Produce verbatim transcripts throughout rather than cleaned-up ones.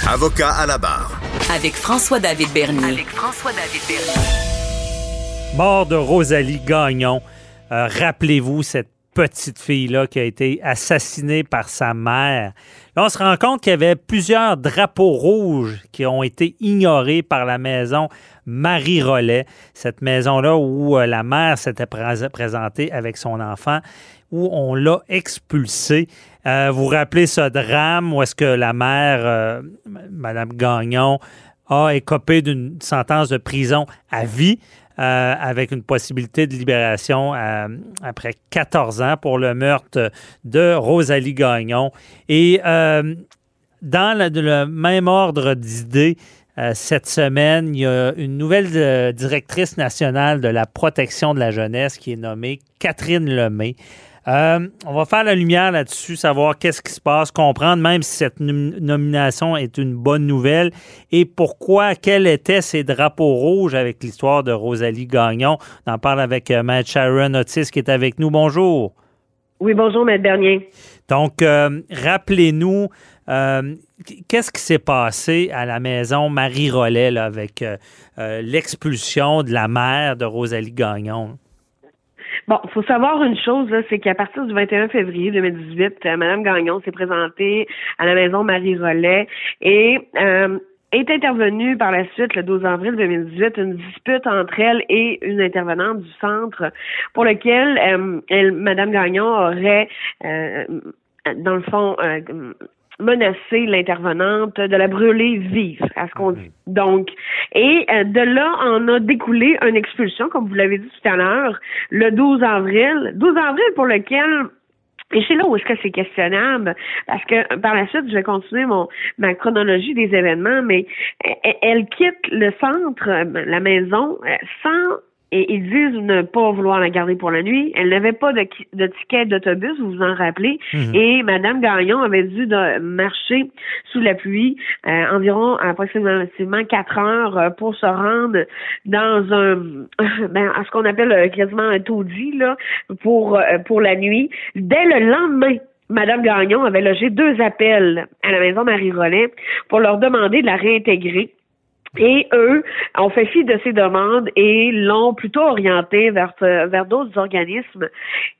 Avocat à la barre. Avec François-David Bernier. Avec François-David Bernier. Mort de Rosalie Gagnon. Euh, rappelez-vous cette petite fille-là qui a été assassinée par sa mère. Là, on se rend compte qu'il y avait plusieurs drapeaux rouges qui ont été ignorés par la maison Marie Rollet. Cette maison-là où euh, la mère s'était pré- présentée avec son enfant, où on l'a expulsée. Euh, vous vous rappelez ce drame où est-ce que la mère, euh, Mme Gagnon, a écopé d'une sentence de prison à vie euh, avec une possibilité de libération euh, après quatorze ans pour le meurtre de Rosalie Gagnon. Et euh, dans le, le même ordre d'idées, euh, cette semaine, il y a une nouvelle euh, directrice nationale de la protection de la jeunesse qui est nommée Catherine Lemay. Euh, on va faire la lumière là-dessus, savoir qu'est-ce qui se passe, comprendre même si cette nom- nomination est une bonne nouvelle et pourquoi, quels étaient ces drapeaux rouges avec l'histoire de Rosalie Gagnon. On en parle avec euh, Maître Sharon Otis qui est avec nous. Bonjour. Oui, bonjour, Maître Bernier. Donc, euh, rappelez-nous, euh, qu'est-ce qui s'est passé à la maison Marie Rollet là, avec euh, euh, l'expulsion de la mère de Rosalie Gagnon? Bon, il faut savoir une chose, là, c'est qu'à partir du vingt et un février deux mille dix-huit, euh, Mme Gagnon s'est présentée à la maison Marie Rollet et euh, est intervenue par la suite, le douze avril deux mille dix-huit, une dispute entre elle et une intervenante du centre pour lequel euh, elle, Mme Gagnon aurait, euh, dans le fond, euh, menacer l'intervenante de la brûler vive, à ce qu'on dit. Donc, et euh, de là, on a découlé une expulsion, comme vous l'avez dit tout à l'heure, le douze avril. douze avril pour lequel, et c'est là où est-ce que c'est questionnable, parce que par la suite, je vais continuer mon ma chronologie des événements, mais elle, elle quitte le centre, la maison, sans... Et ils disent ne pas vouloir la garder pour la nuit. Elle n'avait pas de, de ticket d'autobus, vous vous en rappelez. Mm-hmm. Et Mme Gagnon avait dû de marcher sous la pluie euh, environ approximativement quatre heures euh, pour se rendre dans un, ben, à ce qu'on appelle euh, quasiment un taudis, là, pour, euh, pour la nuit. Dès le lendemain, Mme Gagnon avait logé deux appels à la maison Marie Rollet pour leur demander de la réintégrer. Et eux ont fait fi de ces demandes et l'ont plutôt orienté vers, vers d'autres organismes.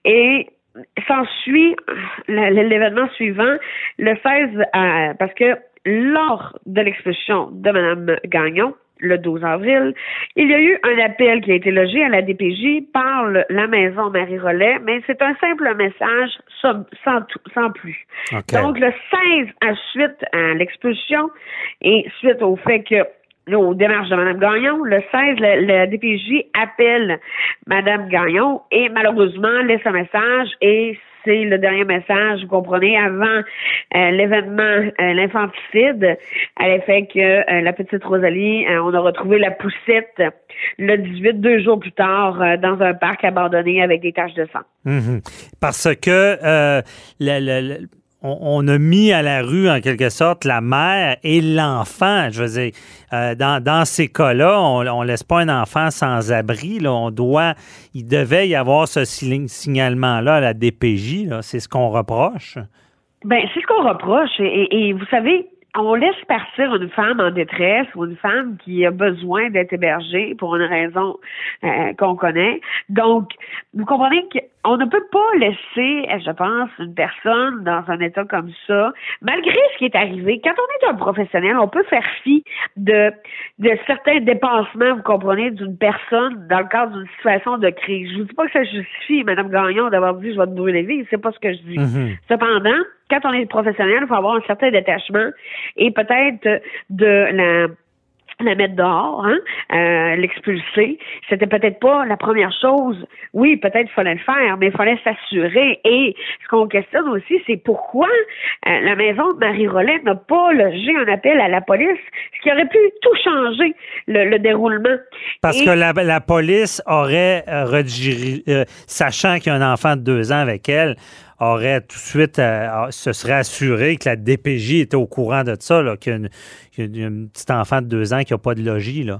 Et s'ensuit l'événement suivant, le seize, euh, parce que lors de l'expulsion de Mme Gagnon, le douze avril, il y a eu un appel qui a été logé à la D P J par le, la maison Marie Rollet, mais c'est un simple message sans, sans, tout, sans plus. Okay. Donc, le seize, à suite à l'expulsion et suite au fait que aux démarches de Mme Gagnon, le seize, la, la D P J appelle Mme Gagnon et malheureusement laisse un message et c'est le dernier message, vous comprenez, avant euh, l'événement, euh, l'infanticide, à l'effet que euh, la petite Rosalie, euh, on a retrouvé la poussette le dix-huit, deux jours plus tard, euh, dans un parc abandonné avec des taches de sang. Mm-hmm. Parce que euh, le, le, le... on a mis à la rue, en quelque sorte, la mère et l'enfant. Je veux dire, euh, dans, dans ces cas-là, on ne laisse pas un enfant sans abri. Là. On doit, il devait y avoir ce signalement-là à la D P J. Là. C'est ce qu'on reproche. Bien, c'est ce qu'on reproche. Et, et, et vous savez, on laisse partir une femme en détresse ou une femme qui a besoin d'être hébergée pour une raison euh, qu'on connaît. Donc, vous comprenez qu'on ne peut pas laisser, je pense, une personne dans un état comme ça, malgré ce qui est arrivé. Quand on est un professionnel, on peut faire fi de, de certains dépassements, vous comprenez, d'une personne dans le cadre d'une situation de crise. Je vous dis pas que ça justifie, Mme Gagnon, d'avoir dit « je vais te brûler vive », c'est pas ce que je dis. Mm-hmm. Cependant, quand on est professionnel, il faut avoir un certain détachement et peut-être de la la mettre dehors, hein, euh, l'expulser. C'était peut-être pas la première chose. Oui, peut-être il fallait le faire, mais il fallait s'assurer. Et ce qu'on questionne aussi, c'est pourquoi euh, la maison de Marie Rollet n'a pas logé un appel à la police, ce qui aurait pu tout changer, le, le déroulement. Parce Et... que la, la police aurait euh, redirigé, euh, sachant qu'il y a un enfant de deux ans avec elle, aurait tout de suite, euh, se serait assuré que la D P J était au courant de ça, là, qu'il y a une, qu'il y a une petite enfant de deux ans qui n'a pas de logis, là.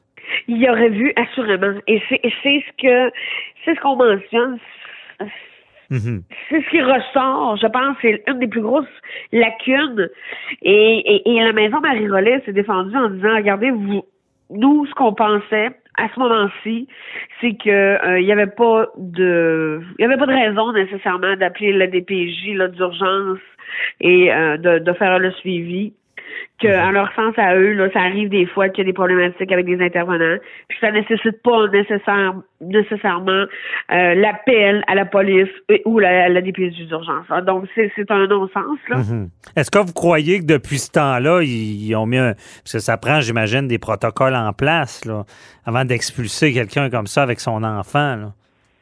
Il y aurait vu, assurément. Et c'est, et c'est ce que, c'est ce qu'on mentionne. Mm-hmm. C'est ce qui ressort, je pense, c'est une des plus grosses lacunes. Et, et, et la maison Marie-Rollet s'est défendue en disant, regardez, vous, nous, ce qu'on pensait à ce moment-ci, c'est que euh, il y avait pas de, il y avait pas de raison nécessairement d'appeler la D P J là d'urgence et euh, de, de faire le suivi. Que, à leur sens, à eux, là, ça arrive des fois qu'il y a des problématiques avec des intervenants, puis ça nécessite pas nécessaire, nécessairement euh, l'appel à la police ou la, la D P J d'urgence. Donc, c'est, c'est un non-sens, là. Mm-hmm. Est-ce que vous croyez que depuis ce temps-là, ils, ils ont mis un... Parce que ça prend, j'imagine, des protocoles en place, là, avant d'expulser quelqu'un comme ça avec son enfant, là?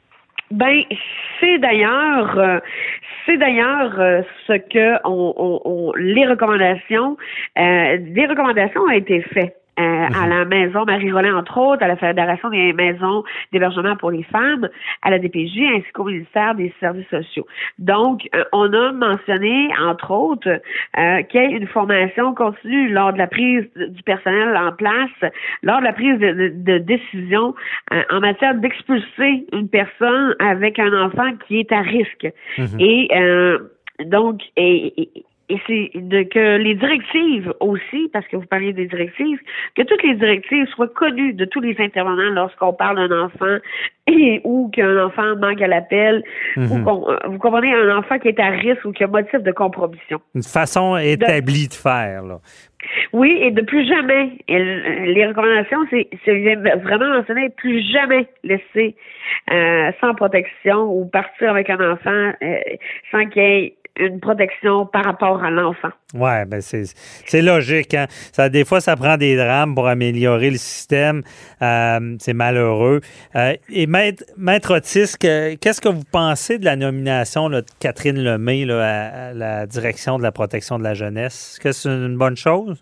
Ben, c'est d'ailleurs... Euh, C'est d'ailleurs euh, ce que on, on, on les recommandations, euh, des recommandations ont été faites euh, mm-hmm. à la maison Marie-Rollet, entre autres, à la Fédération des maisons d'hébergement pour les femmes, à la D P J, ainsi qu'au ministère des Services sociaux. Donc, euh, on a mentionné, entre autres, euh, qu'il y ait une formation continue lors de la prise du personnel en place, lors de la prise de, de, de décision euh, en matière d'expulser une personne avec un enfant qui est à risque. Mm-hmm. Et euh, donc, et, et Et c'est de que les directives aussi, parce que vous parliez des directives, que toutes les directives soient connues de tous les intervenants lorsqu'on parle d'un enfant et ou qu'un enfant manque à l'appel, mm-hmm. ou qu'on, vous comprenez, un enfant qui est à risque ou qui a motif de compromission. Une façon établie de, de faire, là. Oui, et de plus jamais. Et les recommandations, c'est, c'est vraiment mentionné, plus jamais laisser euh, sans protection ou partir avec un enfant euh, sans qu'il y ait une protection par rapport à l'enfant. Oui, ben c'est, c'est logique. Hein? Ça, des fois, ça prend des drames pour améliorer le système. Euh, c'est malheureux. Euh, et Maître, Maître Otis, que, qu'est-ce que vous pensez de la nomination là, de Catherine Lemay là, à, à la direction de la protection de la jeunesse? Est-ce que c'est une bonne chose?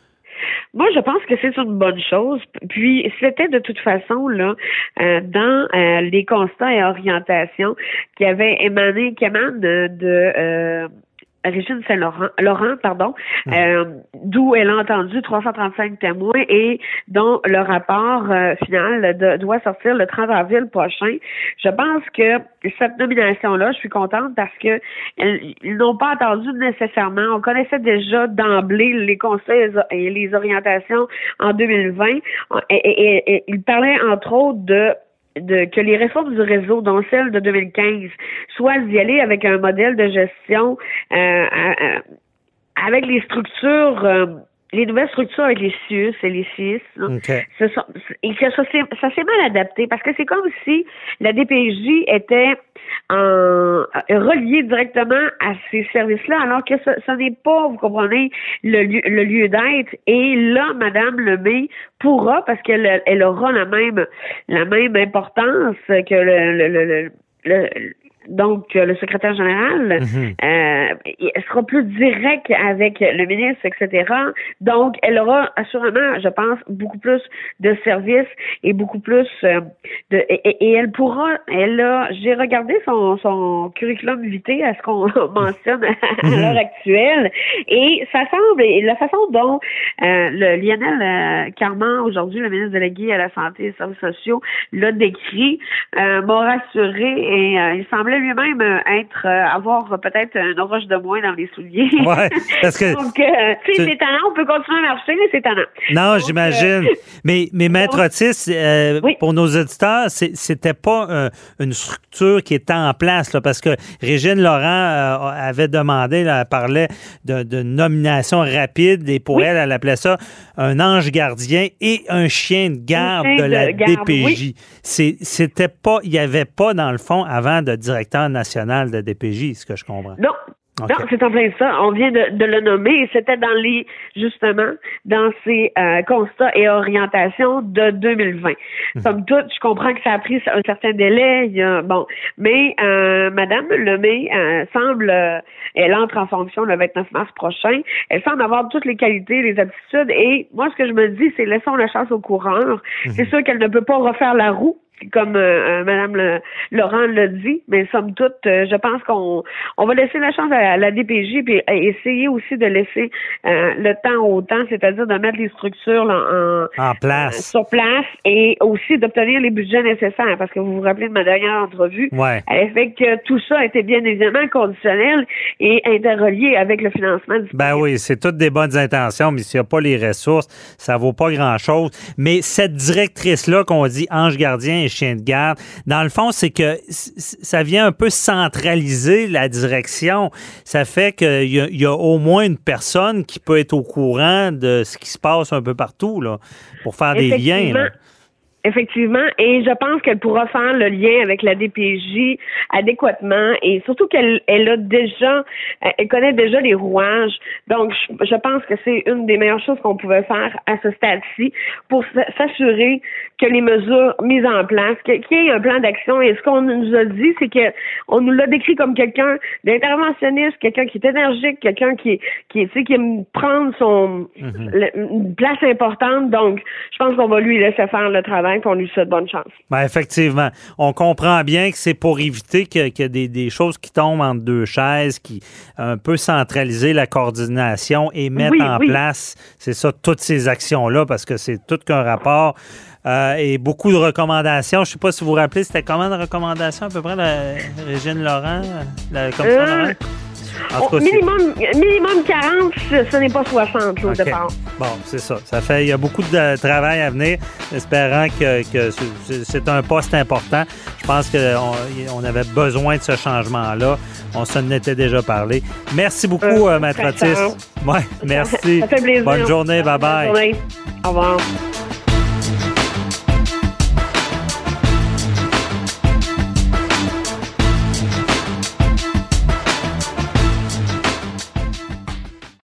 Moi, je pense que c'est une bonne chose. Puis, c'était de toute façon là euh, dans euh, les constats et orientations qui avaient émané, qui émanent de, de euh, Régine Saint-Laurent, Laurent, pardon, mmh. euh, d'où elle a entendu trois cent trente-cinq témoins et dont le rapport euh, final de, doit sortir le trente avril prochain. Je pense que cette nomination-là, je suis contente parce que elles, ils n'ont pas attendu nécessairement. On connaissait déjà d'emblée les conseils et les orientations en deux mille vingt. Et, et, et, et ils parlaient entre autres de de que les réformes du réseau, dont celle de deux mille quinze, soient d'y aller avec un modèle de gestion euh, euh, avec les structures, euh, les nouvelles structures avec les C I U S et les C I S, okay. ce sont, et que ça s'est, ça s'est mal adapté, parce que c'est comme si la D P J était en, reliée directement à ces services-là, alors que ce, ce n'est pas, vous comprenez, le lieu, le lieu d'être. Et là, Madame Lemay pourra, parce qu'elle elle aura la même la même importance que le, le, le, le, le donc le secrétaire général, mm-hmm. euh, elle sera plus direct avec le ministre, et cetera. Donc, elle aura assurément, je pense, beaucoup plus de services et beaucoup plus euh, de et, et elle pourra, elle a, j'ai regardé son son curriculum vitae à ce qu'on mentionne à, mm-hmm. l'heure actuelle, et ça semble, et la façon dont euh, le Lionel euh, Carman, aujourd'hui le ministre délégué à la santé et aux services sociaux, l'a décrit, euh, m'a rassuré, et euh, il semblait lui-même être euh, avoir peut-être une roche de moins dans les souliers. Ouais, parce que donc euh, tu sais, c'est tannant, on peut continuer à marcher, mais c'est tannant. Non, donc, j'imagine. Euh, mais mais Maître Otis, euh, oui. pour nos auditeurs, c'est, c'était pas euh, une structure qui était en place là, parce que Régine Laurent euh, avait demandé, là, elle parlait de, de nomination rapide, et pour oui. elle, elle appelait ça un ange gardien et un chien de garde chien de la de garde, D P J. Oui. C'est, c'était pas, il y avait pas dans le fond avant de directeur national de D P J, ce que je comprends. Non. Okay. Non, c'est en plein ça. On vient de, de le nommer et c'était dans les, justement, dans ces euh, constats et orientations de deux mille vingt. Mmh. Comme tout, je comprends que ça a pris un certain délai. Il y a, bon, mais euh, Madame Lemay euh, semble, euh, elle entre en fonction le vingt-neuf mars prochain. Elle semble avoir toutes les qualités, les aptitudes. Et moi, ce que je me dis, c'est laissons la chance au coureur. Mmh. C'est sûr qu'elle ne peut pas refaire la roue. comme euh, Mme le, Laurent l'a dit, mais somme toute, euh, je pense qu'on on va laisser la chance à, à la D P J puis essayer aussi de laisser euh, le temps au temps, c'est-à-dire de mettre les structures là, en, en place. Euh, sur place et aussi d'obtenir les budgets nécessaires. Parce que vous vous rappelez de ma dernière entrevue, ouais. elle fait que tout ça était bien évidemment conditionnel et interrelié avec le financement du Ben oui, c'est toutes des bonnes intentions, mais s'il n'y a pas les ressources, ça vaut pas grand-chose. Mais cette directrice-là qu'on dit ange gardien et chien de garde, dans le fond, c'est que ça vient un peu centraliser la direction. Ça fait qu'il y a, il y a au moins une personne qui peut être au courant de ce qui se passe un peu partout, là, pour faire des liens. Là. Effectivement, et je pense qu'elle pourra faire le lien avec la D P J adéquatement et surtout qu'elle elle a déjà, elle connaît déjà les rouages. Donc, je, je pense que c'est une des meilleures choses qu'on pouvait faire à ce stade-ci pour s'assurer que les mesures mises en place, qu'il y ait un plan d'action. Et ce qu'on nous a dit, c'est que on nous l'a décrit comme quelqu'un d'interventionniste, quelqu'un qui est énergique, quelqu'un qui, qui, tu sais, qui aime prendre son mm-hmm. le, une place importante. Donc, je pense qu'on va lui laisser faire le travail. Qu'on lui souhaite bonne chance. Ben effectivement. On comprend bien que c'est pour éviter qu'il y ait des, des choses qui tombent entre deux chaises, qui un peu centraliser la coordination et mettre oui, en oui. place, c'est ça, toutes ces actions-là, parce que c'est tout qu'un rapport euh, et beaucoup de recommandations. Je ne sais pas si vous vous rappelez, c'était combien de recommandations à peu près, la Régine Laurent, la commission euh... Laurent? En tout cas, minimum, minimum quarante, ce n'est pas soixante là, au okay. départ. Bon, c'est ça. Ça fait, il y a beaucoup de travail à venir, espérant que, que c'est un poste important. Je pense qu'on on avait besoin de ce changement-là. On s'en était déjà parlé. Merci beaucoup, euh, Maître Otis. Ouais, merci. Ça fait plaisir. Bonne journée. Bye-bye. Bonne journée. Au revoir.